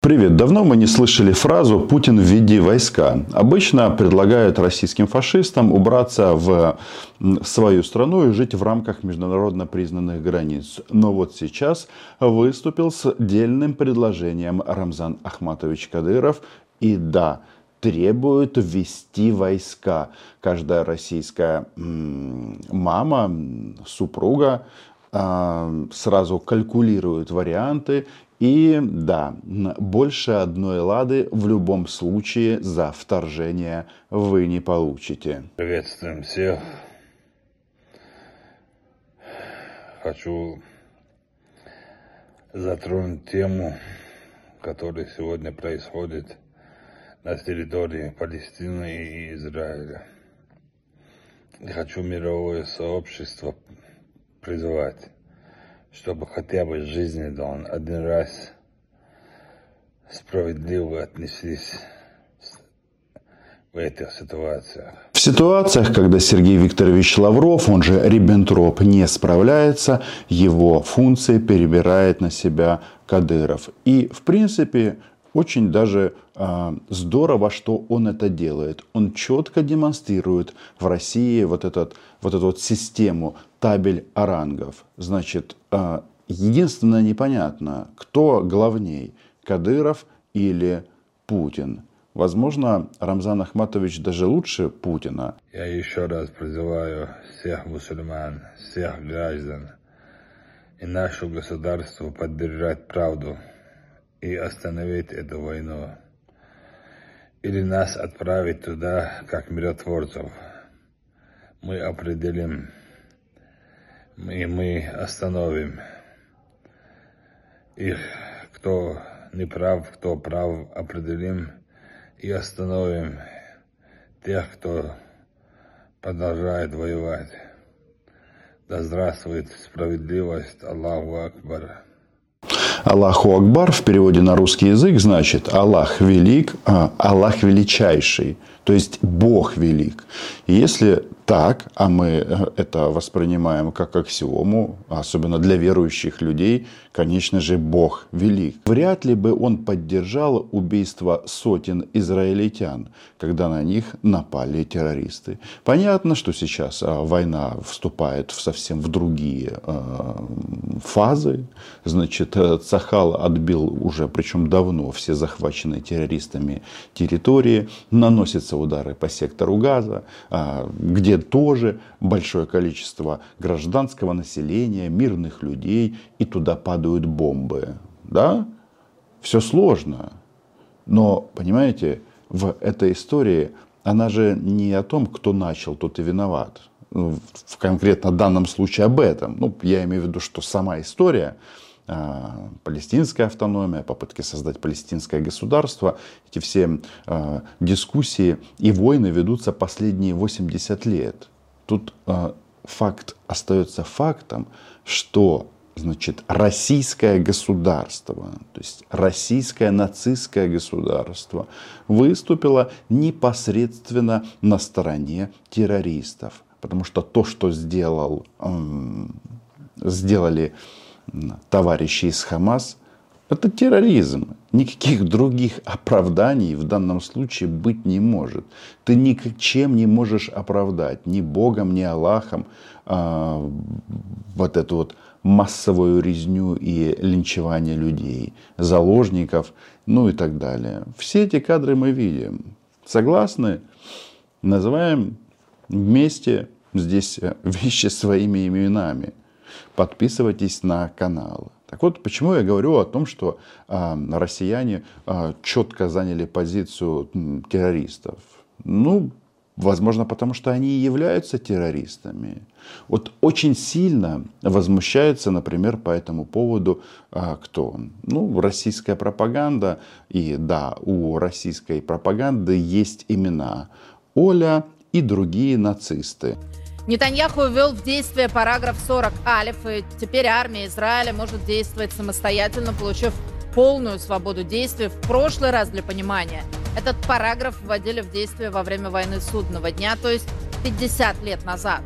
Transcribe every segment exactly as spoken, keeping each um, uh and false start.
Привет. Давно мы не слышали фразу «Путин, введи войска». Обычно предлагают российским фашистам убраться в свою страну и жить в рамках международно признанных границ. Но вот сейчас выступил с дельным предложением Рамзан Ахматович Кадыров. И да, требует ввести войска. Каждая российская мама, супруга сразу калькулирует варианты. И да, больше одной лады в любом случае за вторжение вы не получите. Приветствуем всех. Хочу затронуть тему, которая сегодня происходит на территории Палестины и Израиля. И хочу мировое сообщество призвать, чтобы хотя бы в жизни один раз справедливо отнеслись в этих ситуациях. В ситуациях, когда Сергей Викторович Лавров, он же Риббентроп, не справляется, его функции перебирает на себя Кадыров. И, в принципе, очень даже э, здорово, что он это делает. Он четко демонстрирует в России вот, этот, вот эту вот систему табель о рангов. Значит, э, единственное непонятно, кто главней, Кадыров или Путин. Возможно, Рамзан Ахматович даже лучше Путина. Я еще раз призываю всех мусульман, всех граждан и наше государство поддержать правду и остановить эту войну. Или нас отправить туда, как миротворцев. Мы определим, и мы остановим их, кто не прав, кто прав, определим и остановим тех, кто продолжает воевать. Да здравствует справедливость! Аллаху Акбар! Аллаху Акбар в переводе на русский язык значит Аллах велик, Аллах величайший, то есть Бог велик. И если так, а мы это воспринимаем как аксиому, особенно для верующих людей, конечно же, Бог велик. Вряд ли бы он поддержал убийство сотен израильтян, когда на них напали террористы. Понятно, что сейчас война вступает в совсем в другие фазы. Значит, Цахал отбил уже, причем давно, все захваченные террористами территории. Наносятся удары по сектору Газа, где тоже большое количество гражданского населения, мирных людей, и туда падают бомбы. Да? Все сложно. Но, понимаете, в этой истории она же не о том, кто начал, тот и виноват. В конкретно данном случае об этом. Ну, я имею в виду, что сама история, палестинская автономия, попытки создать палестинское государство, эти все э, дискуссии и войны ведутся последние восемьдесят лет. Тут э, факт остается фактом, что значит, российское государство, то есть российское нацистское государство выступило непосредственно на стороне террористов. Потому что то, что сделал, э, сделали товарищи из Хамас, это терроризм. Никаких других оправданий в данном случае быть не может. Ты ничем не можешь оправдать, ни Богом, ни Аллахом, а, вот эту вот массовую резню и линчевание людей, заложников, ну и так далее. Все эти кадры мы видим. Согласны? Называем вместе здесь вещи своими именами. Подписывайтесь на канал. Так вот, почему я говорю о том, что э, россияне э, четко заняли позицию м, террористов? Ну, возможно, потому что они и являются террористами. Вот очень сильно возмущается, например, по этому поводу э, кто? Ну, российская пропаганда. И да, у российской пропаганды есть имена. Оля и другие нацисты. Нетаньяху ввел в действие параграф сорок алиф, и теперь армия Израиля может действовать самостоятельно, получив полную свободу действий. В прошлый раз, для понимания, этот параграф вводили в действие во время войны Судного дня, то есть пятьдесят лет назад.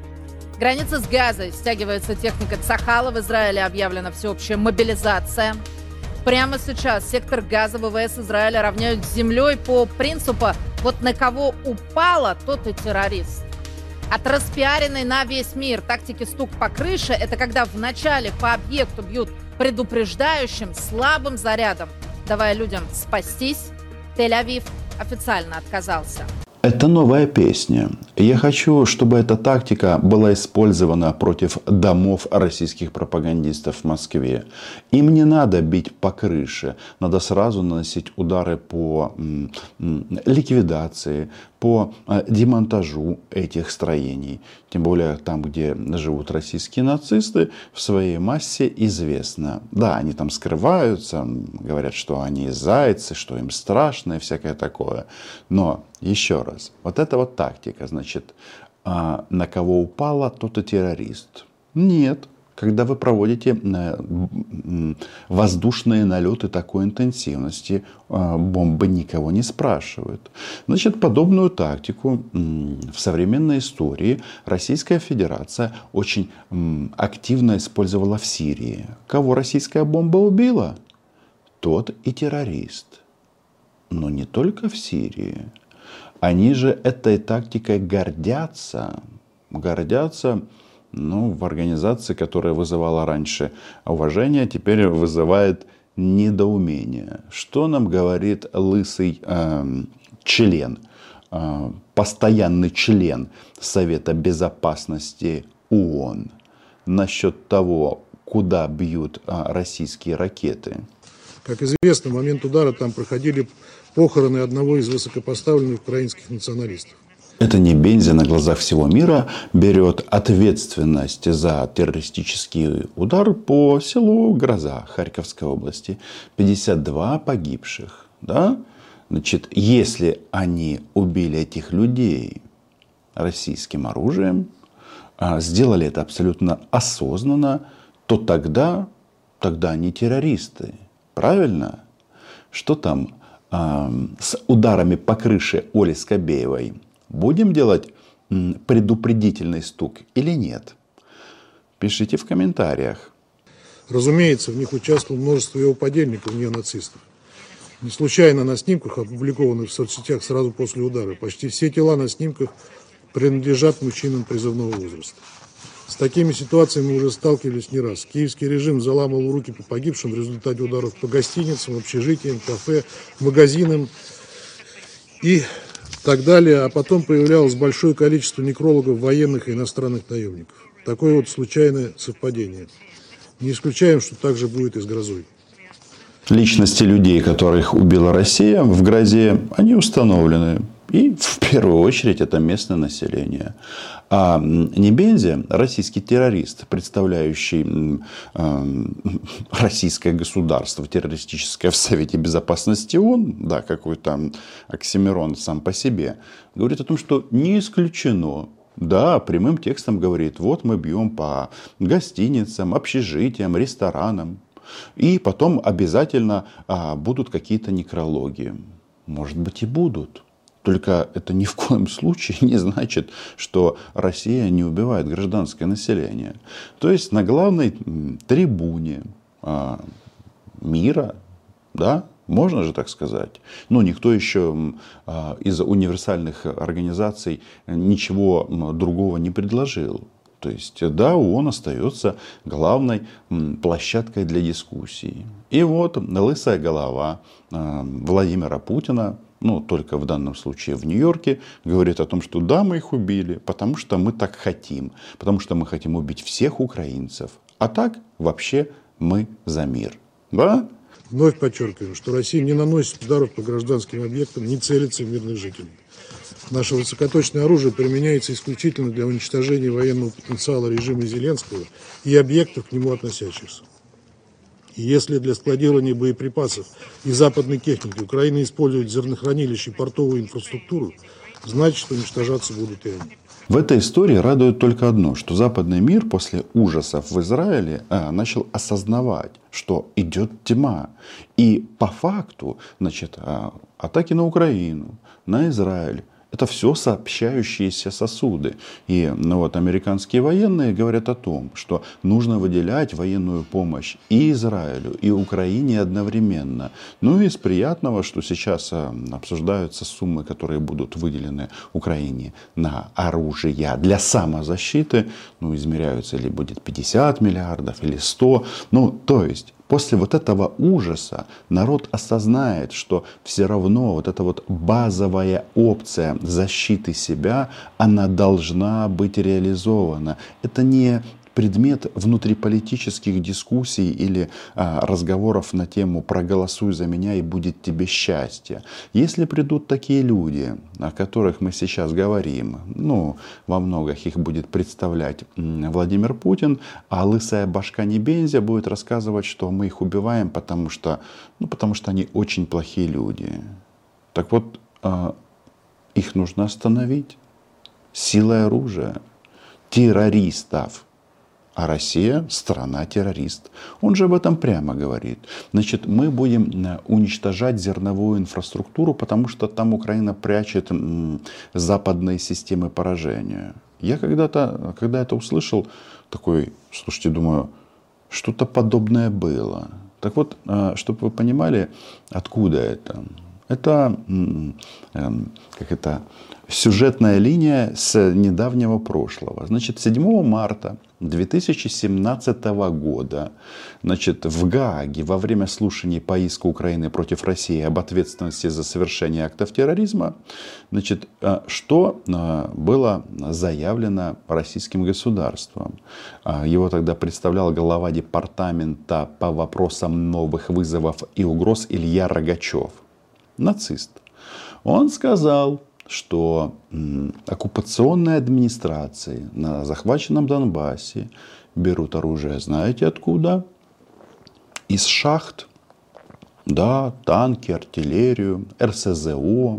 Граница с Газой стягивается техника Цахала. В Израиле объявлена всеобщая мобилизация. Прямо сейчас сектор Газа ВВС Израиля равняют с землей по принципу «вот на кого упало, тот и террорист». От распиаренной на весь мир тактики «стук по крыше» — это когда вначале по объекту бьют предупреждающим слабым зарядом, давая людям спастись. Тель-Авив официально отказался. Это новая песня. Я хочу, чтобы эта тактика была использована против домов российских пропагандистов в Москве. Им не надо бить по крыше. Надо сразу наносить удары по м, м, ликвидации, по э, демонтажу этих строений. Тем более там, где живут российские нацисты, в своей массе известно. Да, они там скрываются, говорят, что они зайцы, что им страшно и всякое такое. Но еще раз, вот эта вот тактика, значит, на кого упало, тот и террорист. Нет. Когда вы проводите воздушные налеты такой интенсивности, бомбы никого не спрашивают. Значит, подобную тактику в современной истории Российская Федерация очень активно использовала в Сирии. Кого российская бомба убила, тот и террорист. Но не только в Сирии. Они же этой тактикой гордятся. Гордятся, ну, в организации, которая вызывала раньше уважение, теперь вызывает недоумение. Что нам говорит лысый э, член, э, постоянный член Совета Безопасности ООН насчет того, куда бьют э, российские ракеты? Как известно, в момент удара там проходили похороны одного из высокопоставленных украинских националистов. Это не Бензи на глазах всего мира берет ответственность за террористический удар по селу Гроза Харьковской области. пятьдесят два погибших. Да? Значит, если они убили этих людей российским оружием, сделали это абсолютно осознанно, то тогда, тогда они террористы. Правильно? Что там э, с ударами по крыше Оли Скобеевой? Будем делать предупредительный стук или нет? Пишите в комментариях. Разумеется, в них участвовало множество его подельников, неонацистов. Не случайно на снимках, опубликованных в соцсетях сразу после удара, почти все тела на снимках принадлежат мужчинам призывного возраста. С такими ситуациями мы уже сталкивались не раз. Киевский режим заламывал руки по погибшим в результате ударов по гостиницам, общежитиям, кафе, магазинам и так далее. А потом появлялось большое количество некрологов, военных и иностранных наемников. Такое вот случайное совпадение. Не исключаем, что так же будет и с Грозой. Личности людей, которых убила Россия в Грозе, они установлены. И в первую очередь это местное население. А не Бензи, российский террорист, представляющий э, российское государство террористическое в Совете Безопасности ООН, да, какой-то оксимирон сам по себе, говорит о том, что не исключено. Да, прямым текстом говорит, вот мы бьем по гостиницам, общежитиям, ресторанам. И потом обязательно а, будут какие-то некрологи. Может быть и будут. Только это ни в коем случае не значит, что Россия не убивает гражданское население. То есть на главной трибуне а, мира, да, можно же так сказать. Но никто еще а, из универсальных организаций ничего другого не предложил. То есть, да, ООН остается главной площадкой для дискуссий. И вот лысая голова Владимира Путина, ну, только в данном случае в Нью-Йорке, говорит о том, что да, мы их убили, потому что мы так хотим. Потому что мы хотим убить всех украинцев. А так, вообще, мы за мир. Да? Вновь подчеркиваю, что Россия не наносит ударов по гражданским объектам, не целится в мирных жителей. Наше высокоточное оружие применяется исключительно для уничтожения военного потенциала режима Зеленского и объектов к нему относящихся. И если для складирования боеприпасов и западной техники Украина использует зернохранилища и портовую инфраструктуру, значит, уничтожаться будут и они. В этой истории радует только одно, что западный мир после ужасов в Израиле а, начал осознавать, что идет тьма. И по факту, значит, а, атаки на Украину, на Израиль Это все сообщающиеся сосуды. И ну, вот, американские военные говорят о том, что нужно выделять военную помощь и Израилю, и Украине одновременно. Ну и из приятного, что сейчас обсуждаются суммы, которые будут выделены Украине на оружие для самозащиты. Ну, измеряются, или будет пятьдесят миллиардов, или сто. Ну, то есть, после вот этого ужаса народ осознает, что все равно вот эта вот базовая опция защиты себя, она должна быть реализована. Это не предмет внутриполитических дискуссий или а, разговоров на тему «проголосуй за меня и будет тебе счастье». Если придут такие люди, о которых мы сейчас говорим, ну, во многих их будет представлять Владимир Путин, а лысая башка Небензя будет рассказывать, что мы их убиваем, потому что, ну, потому что они очень плохие люди. Так вот, а, их нужно остановить силой оружия, террористов. А Россия – страна-террорист. Он же об этом прямо говорит. Значит, мы будем уничтожать зерновую инфраструктуру, потому что там Украина прячет западные системы поражения. Я когда-то, когда это услышал, такой, слушайте, думаю, что-то подобное было. Так вот, чтобы вы понимали, откуда это. Это, как это, сюжетная линия с недавнего прошлого. Значит, седьмого марта две тысячи семнадцатого года, значит, в Гааге во время слушаний по иску Украины против России об ответственности за совершение актов терроризма, значит, что было заявлено российским государством. Его тогда представлял глава департамента по вопросам новых вызовов и угроз Илья Рогачев, нацист. Он сказал, что оккупационные администрации на захваченном Донбассе берут оружие, знаете откуда? Из шахт. Да, танки, артиллерию, эр эс зэ о.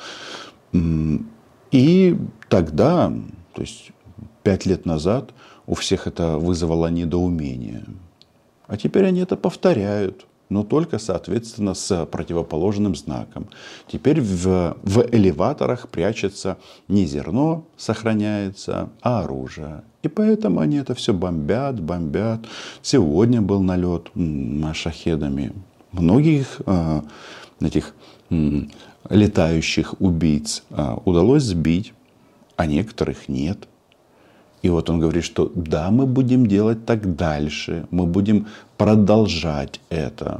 И тогда, то есть пять лет назад, у всех это вызвало недоумение. А теперь они это повторяют. Но только, соответственно, с противоположным знаком. Теперь в, в элеваторах прячется не зерно, сохраняется, а оружие. И поэтому они это все бомбят, бомбят. Сегодня был налет шахедами. Многих э, этих э, летающих убийц э, удалось сбить, а некоторых нет. И вот он говорит, что да, мы будем делать так дальше, мы будем продолжать это.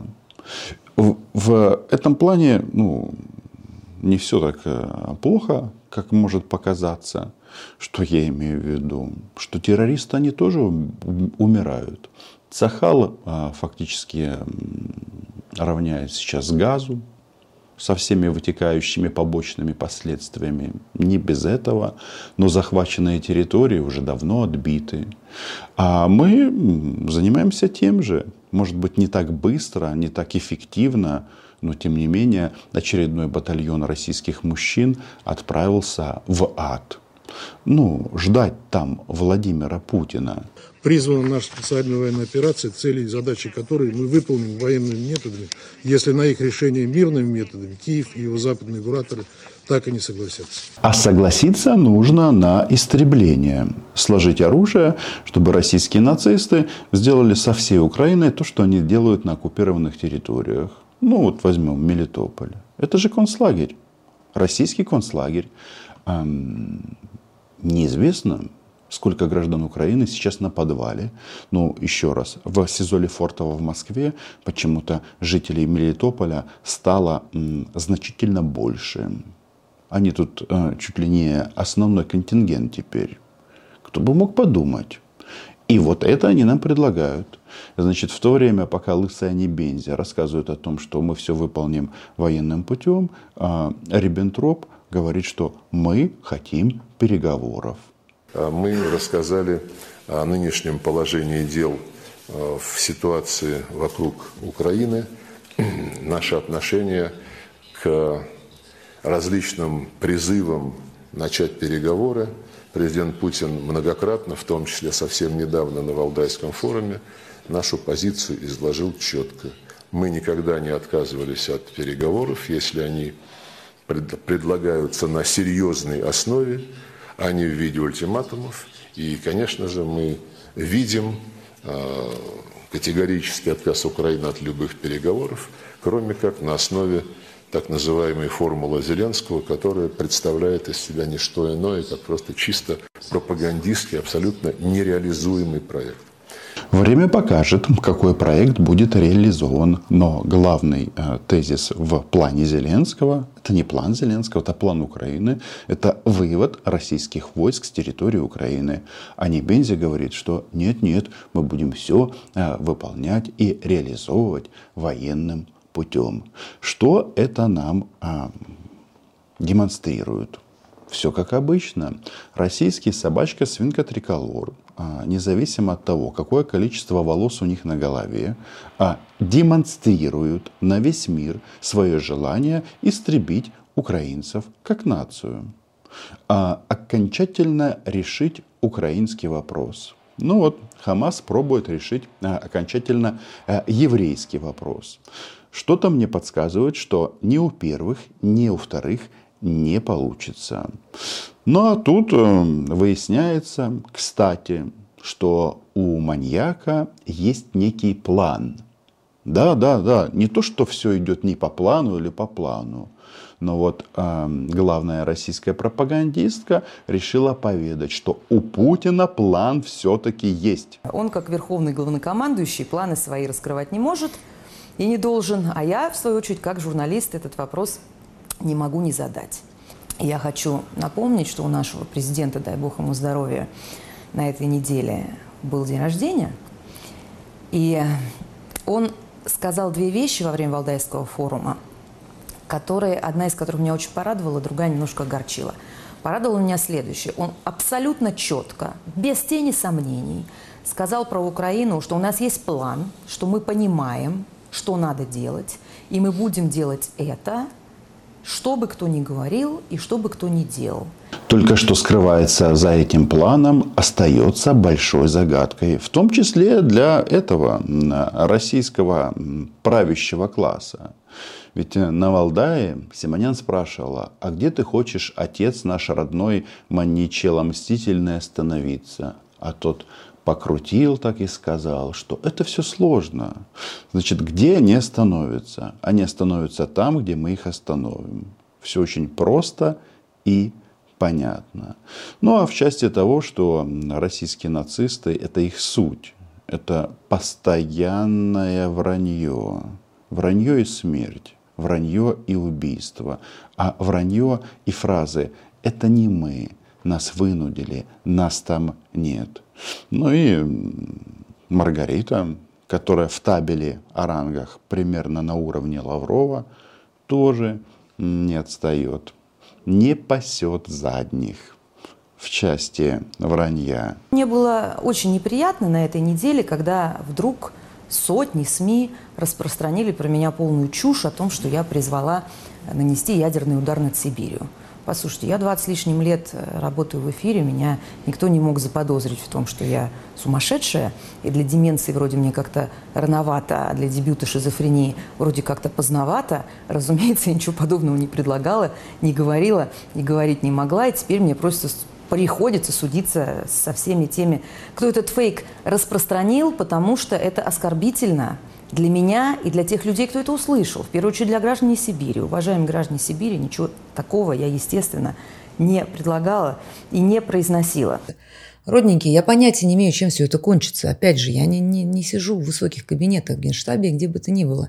В, в этом плане, ну, не все так плохо, как может показаться. Что я имею в виду? Что террористы, они тоже умирают. Цахал фактически равняется сейчас газу, со всеми вытекающими побочными последствиями. Не без этого. Но захваченные территории уже давно отбиты. А мы занимаемся тем же. Может быть, не так быстро, не так эффективно. Но, тем не менее, очередной батальон российских мужчин отправился в ад. Ну, ждать там Владимира Путина. Призвана наша специальная военная операция, цели и задачи которой мы выполним военными методами, если на их решение мирными методами Киев и его западные кураторы так и не согласятся. А согласиться нужно на истребление. Сложить оружие, чтобы российские нацисты сделали со всей Украиной то, что они делают на оккупированных территориях. Ну вот возьмем Мелитополь. Это же концлагерь. Российский концлагерь. Эм, неизвестно, сколько граждан Украины сейчас на подвале. Но еще раз, в СИЗО Лефортово в Москве почему-то жителей Мелитополя стало м, значительно больше. Они тут э, чуть ли не основной контингент теперь. Кто бы мог подумать. И вот это они нам предлагают. Значит, в то время, пока лысая Небензя рассказывает о том, что мы все выполним военным путем, э, Риббентроп говорит, что мы хотим переговоров. Мы рассказали о нынешнем положении дел в ситуации вокруг Украины, наше отношение к различным призывам начать переговоры. Президент Путин многократно, в том числе совсем недавно на Валдайском форуме, нашу позицию изложил четко. Мы никогда не отказывались от переговоров, если они предлагаются на серьезной основе, а не в виде ультиматумов. И, конечно же, мы видим категорический отказ Украины от любых переговоров, кроме как на основе так называемой формулы Зеленского, которая представляет из себя не что иное, как просто чисто пропагандистский, абсолютно нереализуемый проект. Время покажет, какой проект будет реализован. Но главный э, тезис в плане Зеленского – это не план Зеленского, это план Украины. Это вывод российских войск с территории Украины. А Небензи говорит, что нет-нет, мы будем все э, выполнять и реализовывать военным путем. Что это нам э, демонстрирует? Все как обычно. Российский собачка-свинка триколор, независимо от того, какое количество волос у них на голове, демонстрируют на весь мир свое желание истребить украинцев как нацию. Окончательно решить украинский вопрос. Ну вот, Хамас пробует решить окончательно еврейский вопрос. Что-то мне подсказывает, что ни у первых, ни у вторых не получится. Ну а тут выясняется, кстати, что у маньяка есть некий план. Да, да, да. Не то, что все идет не по плану или по плану. Но вот э, главная российская пропагандистка решила поведать, что у Путина план все-таки есть. Он, как верховный главнокомандующий, планы свои раскрывать не может и не должен. А я, в свою очередь, как журналист, этот вопрос не могу не задать. Я хочу напомнить, что у нашего президента, дай бог ему здоровья, на этой неделе был день рождения. И он сказал две вещи во время Валдайского форума, которые, одна из которых меня очень порадовала, другая немножко огорчила. Порадовало меня следующее. Он абсолютно четко, без тени сомнений, сказал про Украину, что у нас есть план, что мы понимаем, что надо делать, и мы будем делать это, что бы кто ни говорил и что бы кто ни делал. Только что скрывается за этим планом, остается большой загадкой. В том числе для этого российского правящего класса. Ведь на Валдае Симонян спрашивала: а где ты хочешь, отец наш родной, маньячело мстительный, остановиться? А тот покрутил так и сказал, что это все сложно. Значит, где они остановятся? Они остановятся там, где мы их остановим. Все очень просто и понятно. Ну а в части того, что российские нацисты – это их суть. Это постоянное вранье. Вранье и смерть. Вранье и убийство. А вранье и фразы «это не мы». Нас вынудили, нас там нет. Ну и Маргарита, которая в табеле о рангах примерно на уровне Лаврова, тоже не отстает. Не пасет задних в части вранья. Мне было очень неприятно на этой неделе, когда вдруг сотни СМИ распространили про меня полную чушь о том, что я призвала нанести ядерный удар над Сибирью. Послушайте, я двадцать с лишним лет работаю в эфире, меня никто не мог заподозрить в том, что я сумасшедшая, и для деменции вроде мне как-то рановато, а для дебюта шизофрении вроде как-то поздновато. Разумеется, я ничего подобного не предлагала, не говорила, и говорить не могла, и теперь мне просто приходится судиться со всеми теми, кто этот фейк распространил, потому что это оскорбительно для меня и для тех людей, кто это услышал. В первую очередь для граждан Сибири. Уважаемые граждане Сибири, ничего такого я, естественно, не предлагала и не произносила. Родненькие, я понятия не имею, чем все это кончится. Опять же, я не, не, не сижу в высоких кабинетах в Генштабе, где бы то ни было.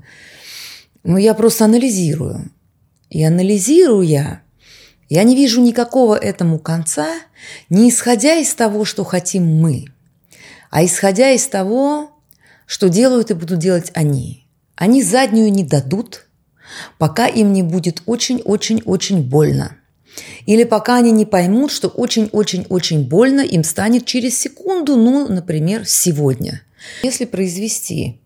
Но я просто анализирую. И анализирую я, я не вижу никакого этому конца, не исходя из того, что хотим мы, а исходя из того, что делают и будут делать они. Они заднюю не дадут, пока им не будет очень-очень-очень больно. Или пока они не поймут, что очень-очень-очень больно им станет через секунду, ну, например, сегодня. Если произвести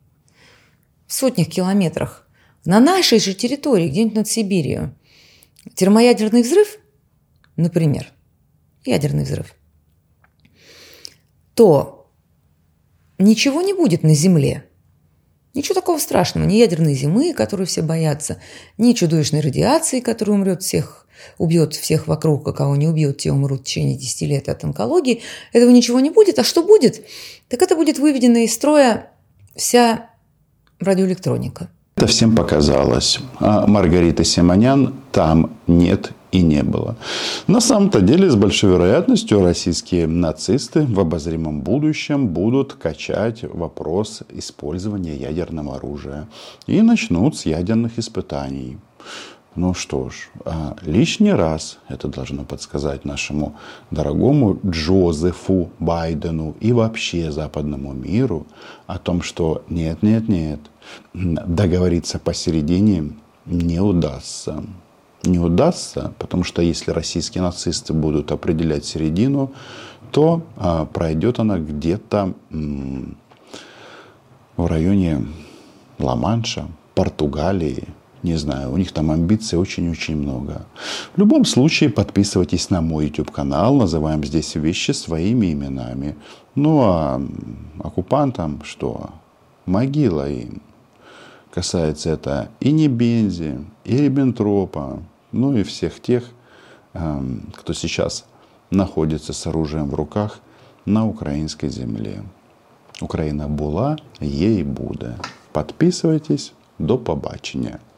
в сотнях километрах на нашей же территории, где-нибудь над Сибирью, термоядерный взрыв, например, ядерный взрыв, то ничего не будет на Земле. Ничего такого страшного, ни ядерной зимы, которую все боятся, ни чудовищной радиации, которая умрет всех, убьет всех вокруг, а кого не убьет, те умрут в течение десяти лет от онкологии. Этого ничего не будет. А что будет? Так это будет выведена из строя вся радиоэлектроника. Это всем показалось. А Маргариты Симонян там нет и не было. На самом-то деле, с большой вероятностью, российские нацисты в обозримом будущем будут качать вопрос использования ядерного оружия. И начнут с ядерных испытаний. Ну что ж, лишний раз это должно подсказать нашему дорогому Джозефу Байдену и вообще западному миру о том, что нет, нет, нет, договориться посередине не удастся. Не удастся, потому что если российские нацисты будут определять середину, то а, пройдет она где-то м- в районе Ла-Манша, Португалии. Не знаю, у них там амбиций очень-очень много. В любом случае, подписывайтесь на мой YouTube-канал. Называем здесь вещи своими именами. Ну, а оккупантам что? Могила им. Касается это и Небензи, и Риббентропа, ну и всех тех, кто сейчас находится с оружием в руках на українській землі. Україна була, є і буде. Подписывайтесь. До побачення.